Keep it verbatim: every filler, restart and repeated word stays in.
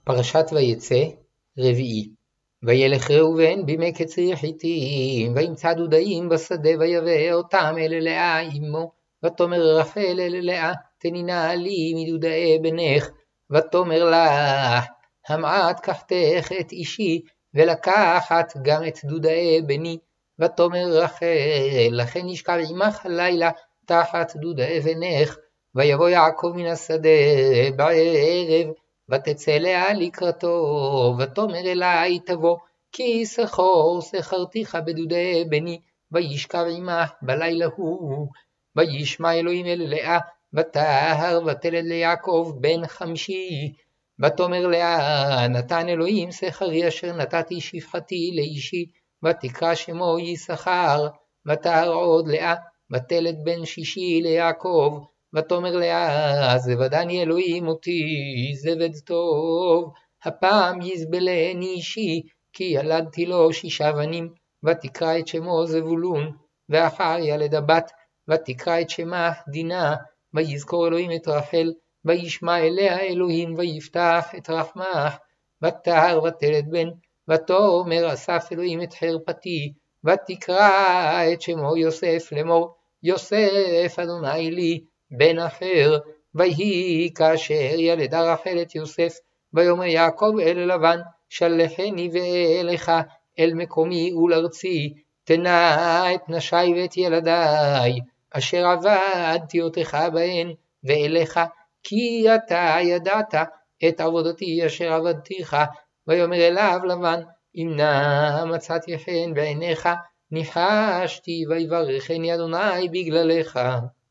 פרשת ויצא רביעי. וילך ראובן בימי קציר חיטים, וימצא דודאים בשדה, ויבא אותם אל לאה אמו. ותאמר רחל אל לאה, תני נא לי מדודאי בנך. ותאמר לה, המעט קחתך את אישי, ולקחת גם את דודאי בני. ותאמר רחל, לכן ישכב עמך הלילה תחת דודאי בנך. ויבוא יעקב מן השדה בערב, ותצא לאה לקראתו, ותאמר אלי תבוא, כי שכור שכרתיך בדודאי בני. וישכב עמך בלילה הוא. וישמע אלוהים אל לאה, ותהר ותלד ליעקב בן חמישי. ותאמר לאה, נתן אלוהים שכרי אשר נתתי שפחתי לאישי. ותקרא שמו יששכר. ותהר עוד לאה, ותלד בן שישי ליעקב. ותאמר לאה, זבדני אלוהים אותי, זבד טוב, הפעם יזבלני אישי, כי ילדתי לו שישה בנים. ותקרא את שמו זבולון, ואחר ילד הבת, ותקרא את שמה דינה. ויזכור אלוהים את רחל, וישמע אליה אלוהים, ויפתח את רחמך. ותהר ותלד בן, ותאמר אסף אלוהים את חרפתי. ותקרא את שמו יוסף לאמור, יוסף אדוני לי בן אחר. ויהי כאשר ילדה רחל את יוסף, ויאמר יעקב אל לבן, שלחני ואליך אל מקומי ולארצי, תנה את נשי ואת ילדי, אשר עבדתי אותך בהן, ואליך, כי אתה ידעת את עבודתי אשר עבדתיך. ויאמר אליו לבן, אם נא מצאתי חן בעיניך, ניחשתי ויברכני אדוני בגללך.